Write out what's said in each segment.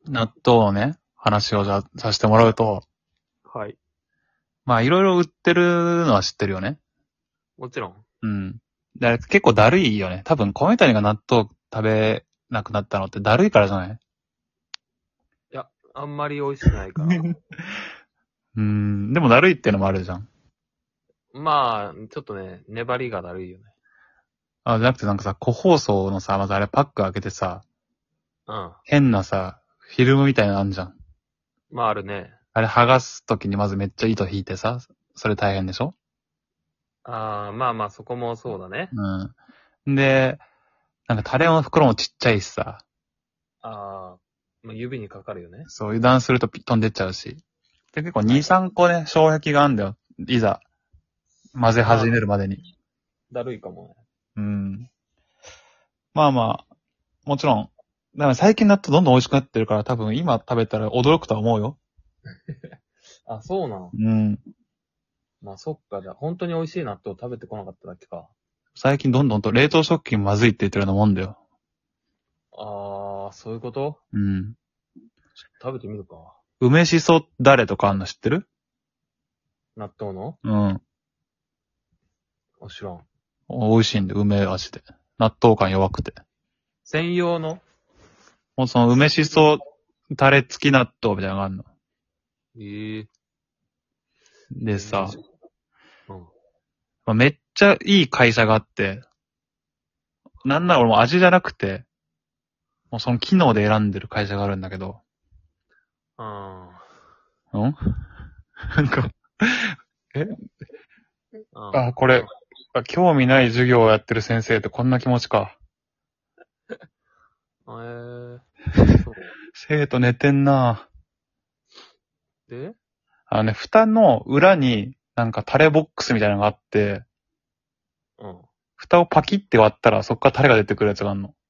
納豆のね、話をじゃあさせてもらうと、 はい。 まあいろいろ売ってるのは知ってるよね。 もちろん。 うん。で、結構だるいよね。多分、米谷が納豆食べなくなったのってだるいからじゃない？ いや、あんまり美味しくないから。 でもだるいっていうのもあるじゃん。 まあ、ちょっとね、粘りがだるいよね。 あ、じゃなくてなんかさ、個包装のさ、まずあれパック開けてさ、 うん。 変なさ、フィルムみたいなのあんじゃん。 まああるね。 あれ剥がすときにまずめっちゃ糸引いてさ、それ大変でしょ？ まあまあそこもそうだね。 で、なんかタレの袋もちっちゃいしさ、 まあ指にかかるよね。 そう、油断すると飛んでっちゃうし。で、結構2、 はいはい。 3個ね、障壁があんだよ。いざ、混ぜまあ、 始めるまでに。 だるいかもね。 うん。まあまあ、もちろん。だから最近納豆どんどん美味しくなってるから多分今食べたら驚くとは思うよ。 あ、そうなの。 うん。 まあそっか、じゃあ本当に美味しい納豆食べてこなかっただけか。 最近どんどんと冷凍食品まずいって言ってるようなもんだよ。 そういうこと？ うん。 食べてみるか。 梅しそだれとかあんの知ってる？ 納豆の？ うん。 知らん。 美味しいんで、梅味で。納豆感弱くて。 専用の？ もうその梅しそタレ付き納豆みたいなのがあるの。 ええでさ、 うん。 まあ、めっちゃいい会社があって、なんなら俺も味じゃなくて、もうその機能で選んでる会社があるんだけど、 あうんなんか、えあ。 これ、興味ない授業をやってる先生ってこんな気持ちか。 そう。 生徒寝てんな。 で、 蓋の裏になんかタレボックスみたいなのがあって、 うん。 蓋をパキって割ったらそっからタレが出てくるやつがあるの。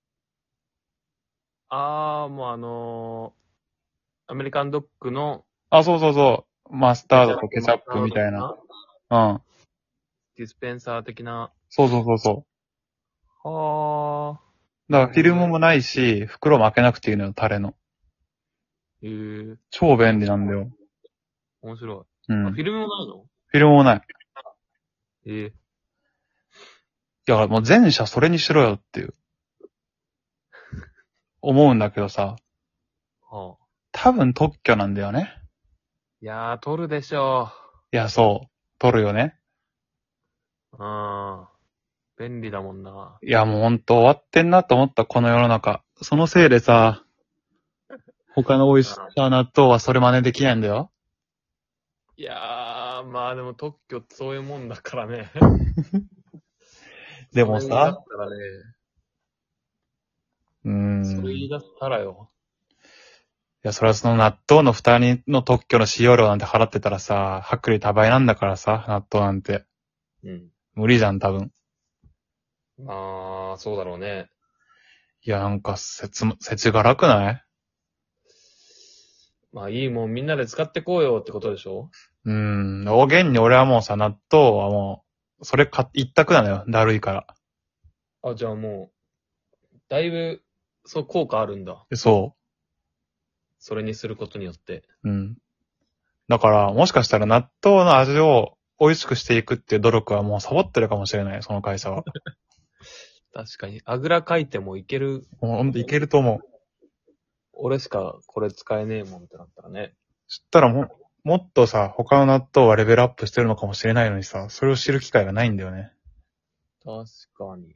もうアメリカンドッグのあ、そうそうそう。マスタードとケチャップマスタードみたいな。 的なうん。 ディスペンサー的な。 そうそうそうそはあ。 う。だからフィルムね。 もないし、袋も開けなくていいのよ、タレの。 へえ。 超便利なんだよ。 面白い。フうん。 ィルムもないの？ フィルムもない。 ええ。 いや、もう全社それにしろよっていう、思うんだけどさ、 はあ。 多分特許なんだよね。 いやー、取るでしょいや、そう。取るよね。 う。便利だもんな。 いや、もうほんと終わってんなと思った、この世の中。そのせいでさ、他の美味しさ納豆はそれ真似できないんだよ。 いやまあでも特許ってそういうもんだからね。 でそれ言い出しもさ、 たらね、 うーそれん。い言い出したらよ。 や、それはその納豆の蓋にの特許の使用料なんて払ってたらさ、薄利多売なんだからさ、納豆なんて。 うん。 無理じゃん、多分。 まあ、そうだろうね。 いや、なんか、せちがらくない？ まあいいもんみんなで使ってこうよってことでしょ？ 現に俺はもうさ、納豆はもう、それ一択なのよ。だるいから。 じゃあもう、だいぶ、そう、効果あるんだ。 そそれにすることによって。 う。だから、もしかしたら納豆の味を美味しくしていくっていう努力はもうサボってるかもしれない、その会社は。 確かに、あぐらかいてもいける。 もうほんといけると思う。 俺しかこれ使えねえもんってなったらね。 知ったらもっとさ、他の納豆はレベルアップしてるのかもしれないのにさ、それを知る機会がないんだよね。 確かに。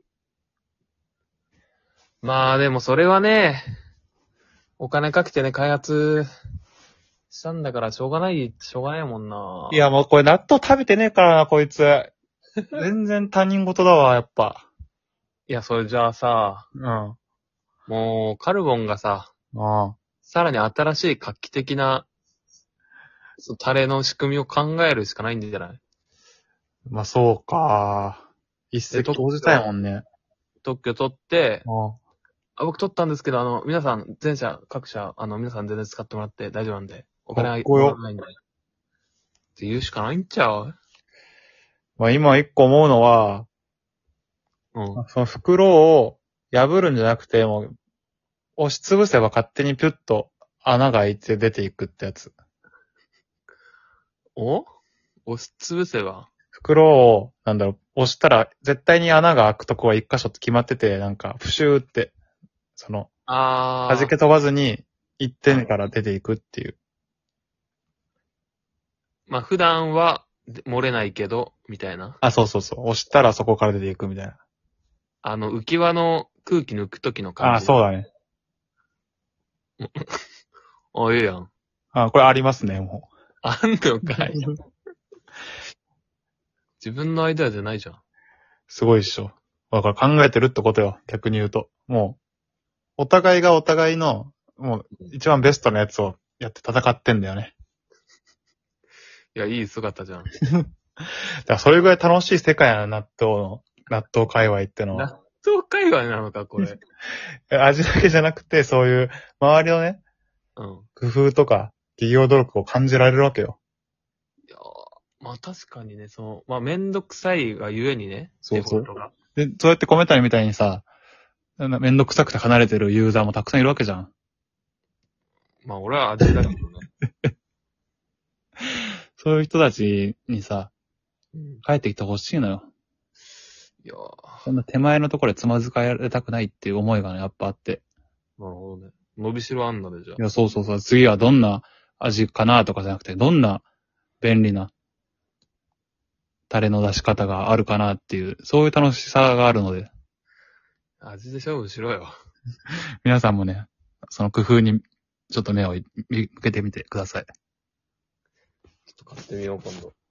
まあでもそれはね、お金かけてね、開発したんだからしょうがない、しょうがないもんな。 いや、もうこれ納豆食べてねえからな、こいつ。全然他人事だわ、やっぱ。 いや、それじゃあさ、 うん。あもう、カルボンがさ、 あ。 さらに新しい画期的な、タレの仕組みを考えるしかないんじゃない？ まあ、そうか。一石投じたいもんね。 特許取って、 あ僕取ったんですけど、皆さん、全社、各社、皆さん全然使ってもらって大丈夫なんで、お金はかっこよもらわないんで。って言うしかないんちゃう？ まあ、今一個思うのは、 うん。 その袋を破るんじゃなくて、もう、押しつぶせば勝手にピュッと穴が開いて出ていくってやつ。 押しつぶせば。 袋を、押したら絶対に穴が開くとこは一箇所って決まってて、プシューって、弾け飛ばずに一点から出ていくっていう。 まあ普段は漏れないけど、みたいな。 あ、そうそうそう。押したらそこから出ていくみたいな。 浮き輪の空気抜くときの感じ。 あ、そうだね。 あ、いいやん。 あ、これありますね、もあんのう。 かい。自分のアイデアじゃないじゃん。 すごいっしょ。だから考えてるってことよ、逆に言うと。もう、お互いがお互いの、もう、一番ベストなやつをやって戦ってんだよね。 いや、いい姿じゃん。 だからそれぐらい楽しい世界な納豆界隈ってのは。 納豆界隈なのか、これ。 味だけじゃなくて、そういう、周りのね、 うん。 工夫とか、企業努力を感じられるわけよ。 いやー、まあ確かにね、まあめんどくさいがゆえにね。 そうそうデフォルトが。 で、そうやって米谷みたいにさ、めんどくさくて離れてるユーザーもたくさんいるわけじゃん。 まあ俺は味だけどね。 そういう人たちにさ、 うん。 帰ってきてほしいのよ。 いやー、 そんな手前のところでつまずかれたくないっていう思いがね、やっぱあって。 なるほどね。伸びしろあんので、じゃあ。 いや、そうそうそう。次はどんな味かなとかじゃなくて、どんな便利なタレの出し方があるかなっていう、そういう楽しさがあるので、 味で勝負しろよ。 皆さんもね、その工夫にちょっと目を向けてみてください。 ちょっと買ってみよう、今度。